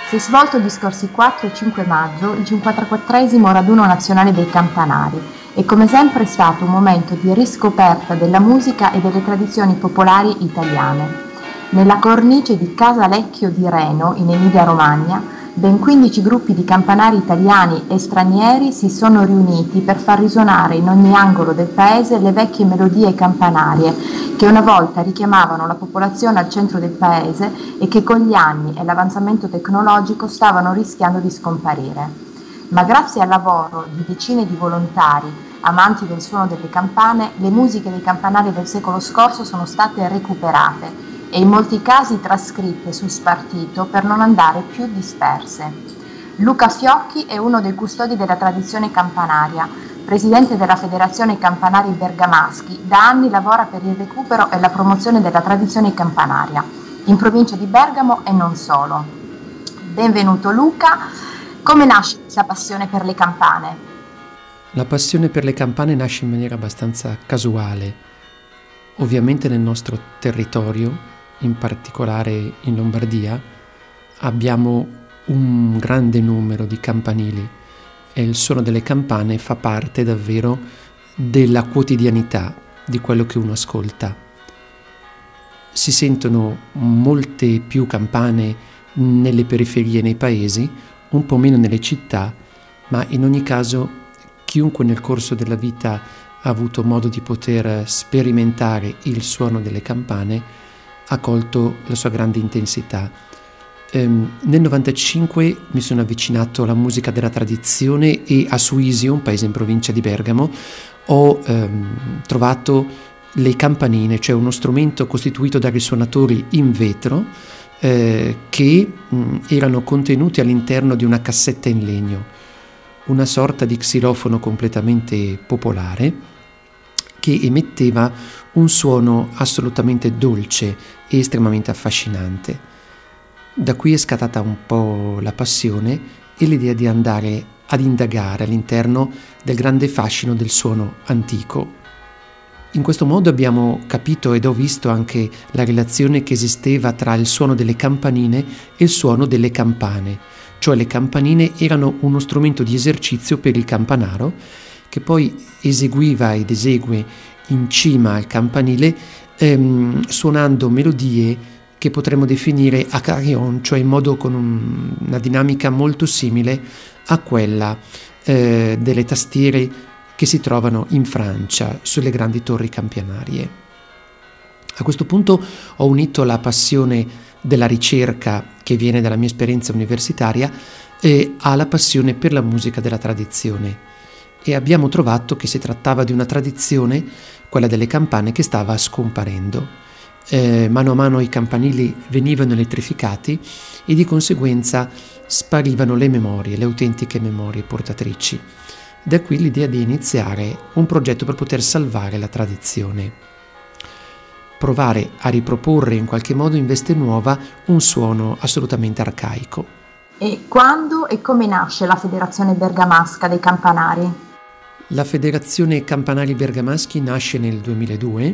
Si è svolto gli scorsi 4 e 5 maggio il 54esimo raduno nazionale dei campanari e come sempre è stato un momento di riscoperta della musica e delle tradizioni popolari italiane. Nella cornice di Casa Lecchio di Reno, in Emilia-Romagna, ben 15 gruppi di campanari italiani e stranieri si sono riuniti per far risuonare in ogni angolo del paese le vecchie melodie campanarie che una volta richiamavano la popolazione al centro del paese e che con gli anni e l'avanzamento tecnologico stavano rischiando di scomparire. Ma grazie al lavoro di decine di volontari amanti del suono delle campane, le musiche dei campanari del secolo scorso sono state recuperate e in molti casi trascritte su spartito per non andare più disperse. Luca Fiocchi è uno dei custodi della tradizione campanaria, presidente della Federazione Campanari Bergamaschi, da anni lavora per il recupero e la promozione della tradizione campanaria, in provincia di Bergamo e non solo. Benvenuto Luca, come nasce questa passione per le campane? La passione per le campane nasce in maniera abbastanza casuale. Ovviamente nel nostro territorio, in particolare in Lombardia, abbiamo un grande numero di campanili e il suono delle campane fa parte davvero della quotidianità di quello che uno ascolta. Si sentono molte più campane nelle periferie, nei paesi, un po' meno nelle città, ma in ogni caso chiunque nel corso della vita ha avuto modo di poter sperimentare il suono delle campane ha colto la sua grande intensità. Nel 95 mi sono avvicinato alla musica della tradizione e a Suisio, un paese in provincia di Bergamo, ho trovato le campanine, cioè uno strumento costituito da risuonatori in vetro che erano contenuti all'interno di una cassetta in legno, una sorta di xilofono completamente popolare che emetteva un suono assolutamente dolce e estremamente affascinante. Da qui è scattata un po' la passione e l'idea di andare ad indagare all'interno del grande fascino del suono antico. In questo modo abbiamo capito ed ho visto anche la relazione che esisteva tra il suono delle campanine e il suono delle campane, cioè le campanine erano uno strumento di esercizio per il campanaro che poi eseguiva ed esegue in cima al campanile suonando melodie che potremmo definire a carillon, cioè in modo con una dinamica molto simile a quella delle tastiere che si trovano in Francia sulle grandi torri campanarie. A questo punto ho unito la passione della ricerca che viene dalla mia esperienza universitaria alla passione per la musica della tradizione e abbiamo trovato che si trattava di una tradizione, quella delle campane, che stava scomparendo. Mano a mano i campanili venivano elettrificati e di conseguenza sparivano le memorie, le autentiche memorie portatrici. Da qui l'idea di iniziare un progetto per poter salvare la tradizione, provare a riproporre in qualche modo in veste nuova un suono assolutamente arcaico. E quando e come nasce la Federazione Bergamasca dei Campanari? La Federazione Campanari Bergamaschi nasce nel 2002,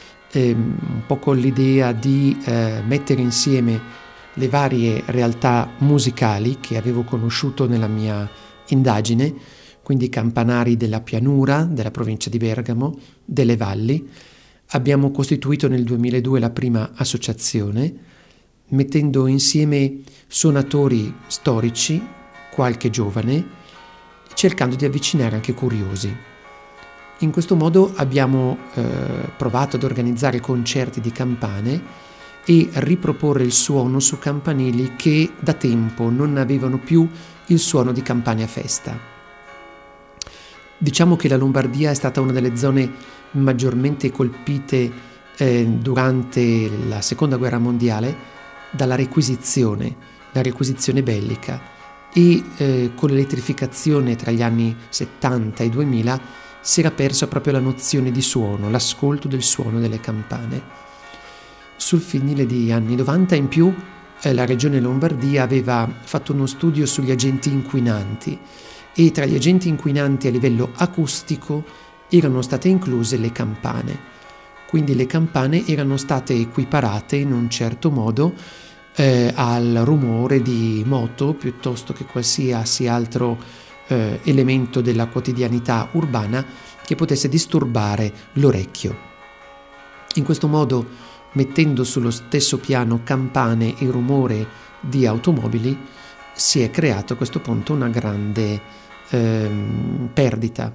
un po' con l'idea di mettere insieme le varie realtà musicali che avevo conosciuto nella mia indagine, quindi campanari della pianura, della provincia di Bergamo, delle valli. Abbiamo costituito nel 2002 la prima associazione, mettendo insieme suonatori storici, qualche giovane, cercando di avvicinare anche curiosi. In questo modo abbiamo provato ad organizzare concerti di campane e riproporre il suono su campanili che da tempo non avevano più il suono di campane a festa. Diciamo che la Lombardia è stata una delle zone maggiormente colpite durante la Seconda Guerra Mondiale dalla requisizione, la requisizione bellica, e con l'elettrificazione tra gli anni 70 e 2000 si era persa proprio la nozione di suono, l'ascolto del suono delle campane. Sul finire degli anni 90 in più la regione Lombardia aveva fatto uno studio sugli agenti inquinanti e tra gli agenti inquinanti a livello acustico erano state incluse le campane. Quindi le campane erano state equiparate in un certo modo al rumore di moto piuttosto che qualsiasi altro elemento della quotidianità urbana che potesse disturbare l'orecchio. In questo modo, mettendo sullo stesso piano campane e rumore di automobili, si è creato a questo punto una grande perdita.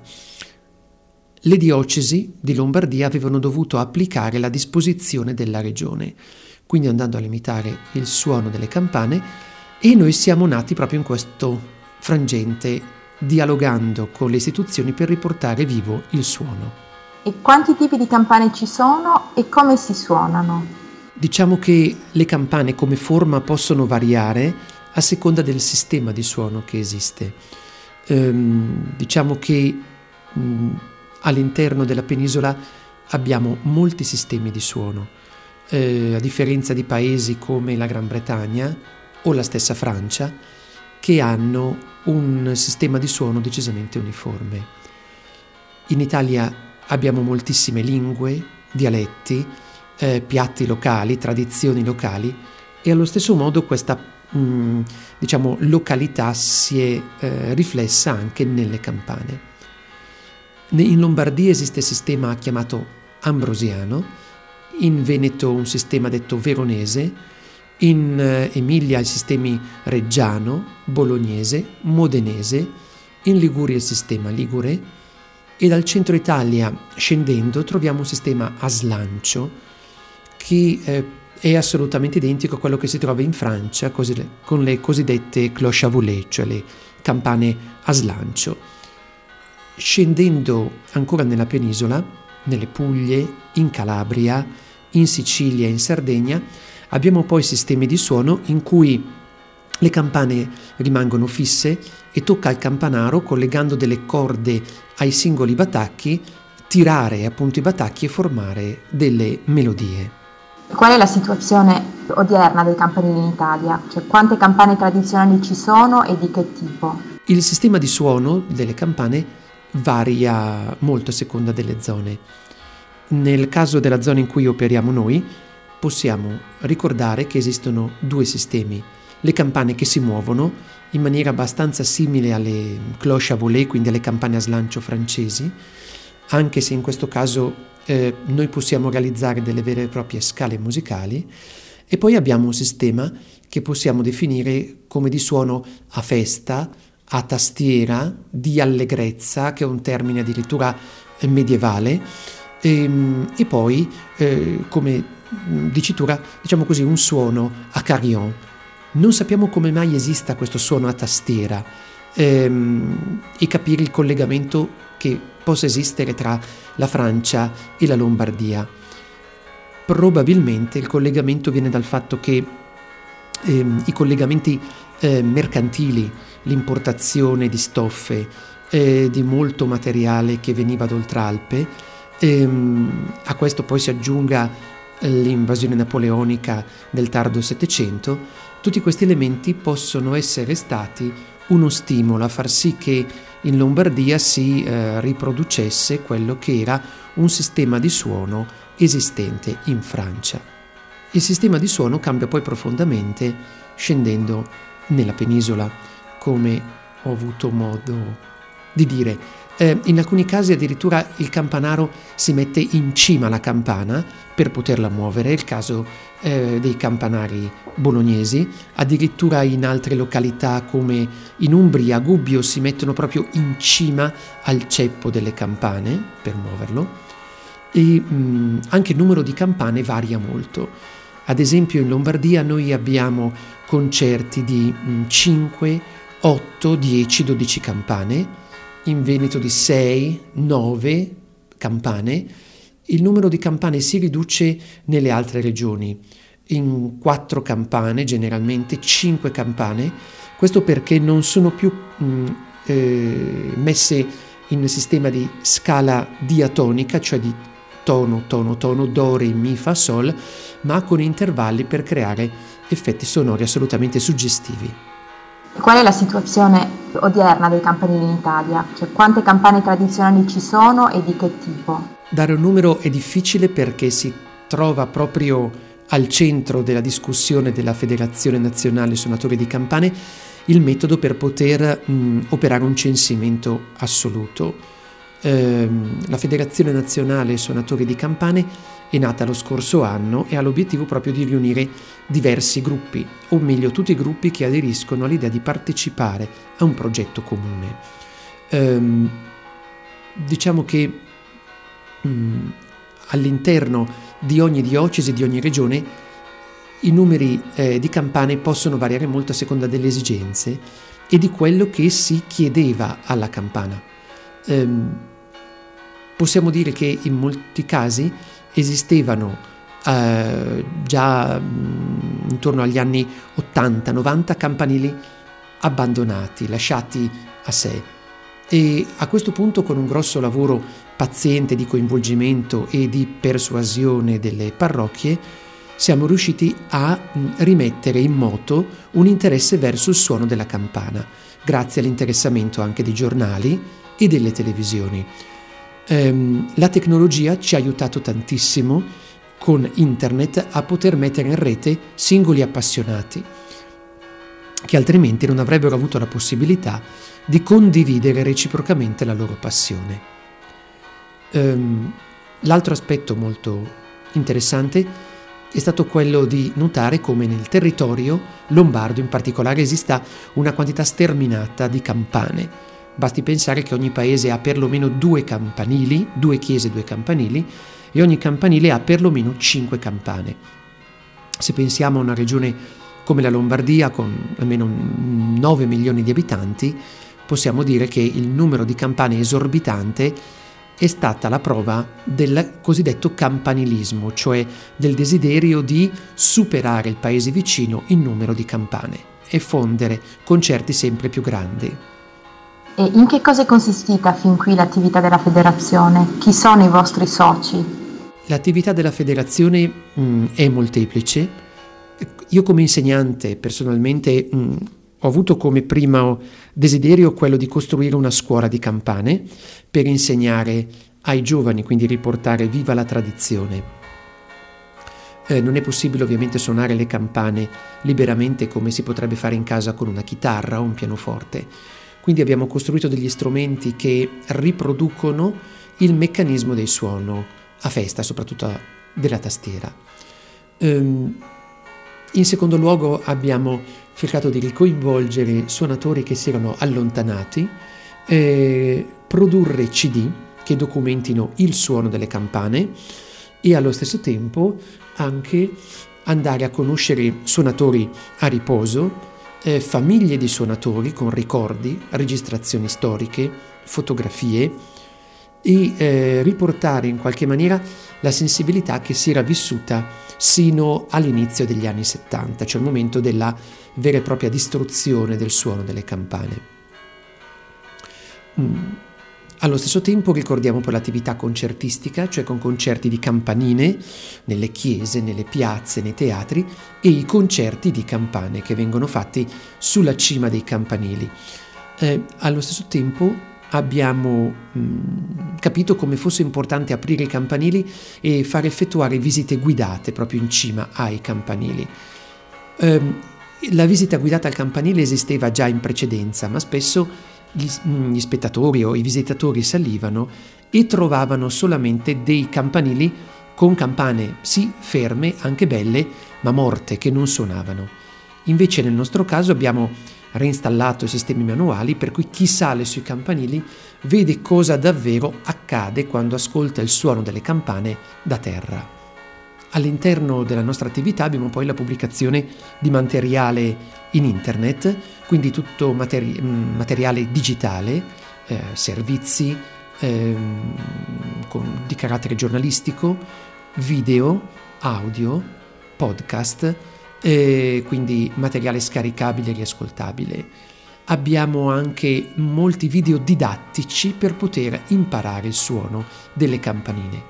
Le diocesi di Lombardia avevano dovuto applicare la disposizione della regione, quindi andando a limitare il suono delle campane, e noi siamo nati proprio in questo frangente, dialogando con le istituzioni per riportare vivo il suono. E quanti tipi di campane ci sono e come si suonano? Diciamo che le campane come forma possono variare a seconda del sistema di suono che esiste. Diciamo che all'interno della penisola abbiamo molti sistemi di suono, a differenza di paesi come la Gran Bretagna o la stessa Francia, che hanno un sistema di suono decisamente uniforme. In Italia abbiamo moltissime lingue, dialetti, piatti locali, tradizioni locali, e allo stesso modo questa località si è riflessa anche nelle campane. In Lombardia esiste il sistema chiamato ambrosiano, in Veneto un sistema detto veronese, in Emilia i sistemi reggiano, bolognese, modenese, in Liguria il sistema ligure, e dal centro Italia scendendo troviamo un sistema a slancio che è assolutamente identico a quello che si trova in Francia con le cosiddette cloche à volet, cioè le campane a slancio. Scendendo ancora nella penisola, nelle Puglie, in Calabria, in Sicilia e in Sardegna, abbiamo poi sistemi di suono in cui le campane rimangono fisse e tocca al campanaro, collegando delle corde ai singoli batacchi, tirare appunto i batacchi e formare delle melodie. Qual è la situazione odierna dei campanili in Italia? Cioè, quante campane tradizionali ci sono e di che tipo? Il sistema di suono delle campane varia molto a seconda delle zone. Nel caso della zona in cui operiamo noi, possiamo ricordare che esistono due sistemi: le campane che si muovono in maniera abbastanza simile alle cloche à volet, quindi alle campane a slancio francesi, anche se in questo caso noi possiamo realizzare delle vere e proprie scale musicali, e poi abbiamo un sistema che possiamo definire come di suono a festa, a tastiera, di allegrezza, che è un termine addirittura medievale, e poi come dicitura, diciamo così, un suono a carillon. Non sappiamo come mai esista questo suono a tastiera e capire il collegamento che possa esistere tra la Francia e la Lombardia. Probabilmente il collegamento viene dal fatto che i collegamenti mercantili, l'importazione di stoffe, di molto materiale che veniva d'oltralpe, a questo poi si aggiunga l'invasione napoleonica del tardo Settecento, tutti questi elementi possono essere stati uno stimolo a far sì che in Lombardia si riproducesse quello che era un sistema di suono esistente in Francia. Il sistema di suono cambia poi profondamente scendendo nella penisola, come ho avuto modo di dire. In alcuni casi addirittura il campanaro si mette in cima alla campana per poterla muovere, è il caso dei campanari bolognesi. Addirittura in altre località come in Umbria, a Gubbio, si mettono proprio in cima al ceppo delle campane per muoverlo, e anche il numero di campane varia molto. Ad esempio in Lombardia noi abbiamo concerti di 5, 8, 10, 12 campane, in Veneto di 6, 9 campane. Il numero di campane si riduce nelle altre regioni, in 4 campane generalmente, 5 campane, questo perché non sono più messe in sistema di scala diatonica, cioè di tono, tono, tono, do, re, mi, fa, sol, ma con intervalli per creare effetti sonori assolutamente suggestivi. Qual è la situazione odierna dei campanili in Italia? Cioè, quante campane tradizionali ci sono e di che tipo? Dare un numero è difficile perché si trova proprio al centro della discussione della Federazione Nazionale Suonatori di Campane il metodo per poter operare un censimento assoluto. La Federazione Nazionale Suonatori di Campane è nata lo scorso anno e ha l'obiettivo proprio di riunire diversi gruppi, o meglio tutti i gruppi che aderiscono all'idea di partecipare a un progetto comune. Diciamo che all'interno di ogni diocesi, di ogni regione, i numeri di campane possono variare molto a seconda delle esigenze e di quello che si chiedeva alla campana. Possiamo dire che in molti casi esistevano già intorno agli anni 80-90 campanili abbandonati, lasciati a sé, e a questo punto, con un grosso lavoro paziente di coinvolgimento e di persuasione delle parrocchie, siamo riusciti a rimettere in moto un interesse verso il suono della campana, grazie all'interessamento anche dei giornali e delle televisioni. La tecnologia ci ha aiutato tantissimo con internet a poter mettere in rete singoli appassionati che altrimenti non avrebbero avuto la possibilità di condividere reciprocamente la loro passione. L'altro aspetto molto interessante è stato quello di notare come nel territorio lombardo in particolare esista una quantità sterminata di campane. Basti pensare che ogni paese ha perlomeno 2 campanili, 2 chiese, 2 campanili, e ogni campanile ha perlomeno 5 campane. Se pensiamo a una regione come la Lombardia, con almeno 9 milioni di abitanti, possiamo dire che il numero di campane esorbitante è stata la prova del cosiddetto campanilismo, cioè del desiderio di superare il paese vicino in numero di campane e fondere concerti sempre più grandi. E in che cosa è consistita fin qui l'attività della federazione? Chi sono i vostri soci? L'attività della federazione è molteplice. Io come insegnante personalmente ho avuto come primo desiderio quello di costruire una scuola di campane per insegnare ai giovani, quindi riportare viva la tradizione. Non è possibile ovviamente suonare le campane liberamente come si potrebbe fare in casa con una chitarra o un pianoforte. Quindi abbiamo costruito degli strumenti che riproducono il meccanismo del suono a festa, soprattutto della tastiera. In secondo luogo abbiamo cercato di coinvolgere suonatori che si erano allontanati, produrre CD che documentino il suono delle campane e allo stesso tempo anche andare a conoscere suonatori a riposo, famiglie di suonatori con ricordi, registrazioni storiche, fotografie e riportare in qualche maniera la sensibilità che si era vissuta sino all'inizio degli anni 70, cioè il momento della vera e propria distruzione del suono delle campane. Allo stesso tempo ricordiamo poi l'attività concertistica, cioè con concerti di campanine nelle chiese, nelle piazze, nei teatri, e i concerti di campane che vengono fatti sulla cima dei campanili. Allo stesso tempo abbiamo capito come fosse importante aprire i campanili e far effettuare visite guidate proprio in cima ai campanili. La visita guidata al campanile esisteva già in precedenza, ma spesso gli spettatori o i visitatori salivano e trovavano solamente dei campanili con campane sì ferme, anche belle, ma morte, che non suonavano. Invece nel nostro caso abbiamo reinstallato i sistemi manuali, per cui chi sale sui campanili vede cosa davvero accade quando ascolta il suono delle campane da terra. All'interno della nostra attività abbiamo poi la pubblicazione di materiale in internet, quindi tutto materiale digitale, servizi di carattere giornalistico, video, audio, podcast, quindi materiale scaricabile e riascoltabile. Abbiamo anche molti video didattici per poter imparare il suono delle campanine.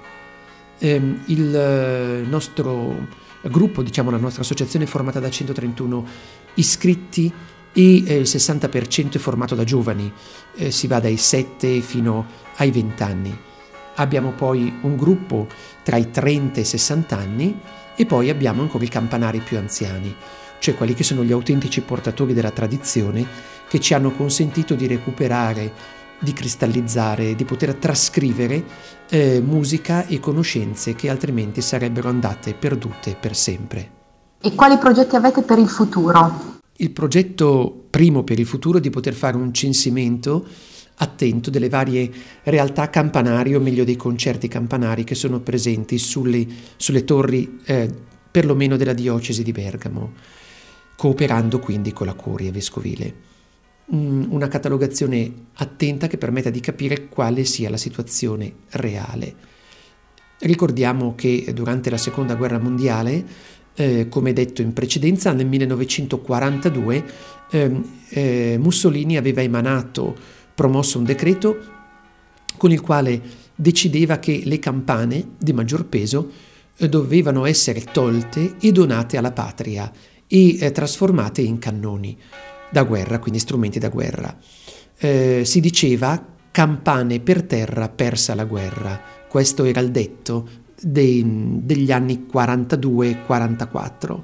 Il nostro gruppo, diciamo la nostra associazione, è formata da 131 iscritti e il 60% è formato da giovani, si va dai 7 fino ai 20 anni. Abbiamo poi un gruppo tra i 30 e i 60 anni E poi abbiamo ancora i campanari più anziani, cioè quelli che sono gli autentici portatori della tradizione, che ci hanno consentito di recuperare, di cristallizzare, di poter trascrivere musica e conoscenze che altrimenti sarebbero andate perdute per sempre. E quali progetti avete per il futuro? Il progetto primo per il futuro è di poter fare un censimento attento delle varie realtà campanari, o meglio dei concerti campanari che sono presenti sulle torri perlomeno della diocesi di Bergamo, cooperando quindi con la curia vescovile. Una catalogazione attenta che permetta di capire quale sia la situazione reale. Ricordiamo che durante la Seconda Guerra Mondiale, come detto in precedenza, nel 1942 Mussolini aveva promosso un decreto con il quale decideva che le campane di maggior peso dovevano essere tolte e donate alla patria e trasformate in cannoni da guerra, quindi strumenti da guerra. Si diceva campane per terra, persa la guerra. Questo era il detto degli anni 42-44.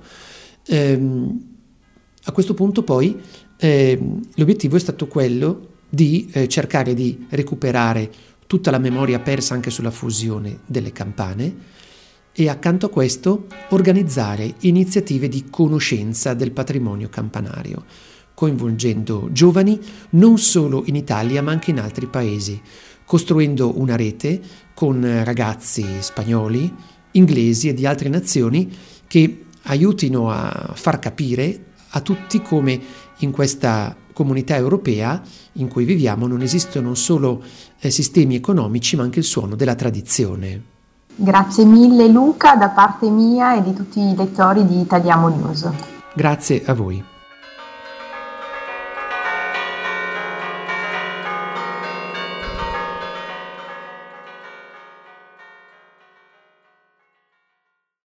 A questo punto poi l'obiettivo è stato quello di cercare di recuperare tutta la memoria persa anche sulla fusione delle campane e accanto a questo organizzare iniziative di conoscenza del patrimonio campanario, coinvolgendo giovani non solo in Italia ma anche in altri paesi, costruendo una rete con ragazzi spagnoli, inglesi e di altre nazioni che aiutino a far capire a tutti come in questa comunità europea in cui viviamo non esistono solo sistemi economici ma anche il suono della tradizione. Grazie mille Luca da parte mia e di tutti i lettori di Italiamo News. Grazie a voi.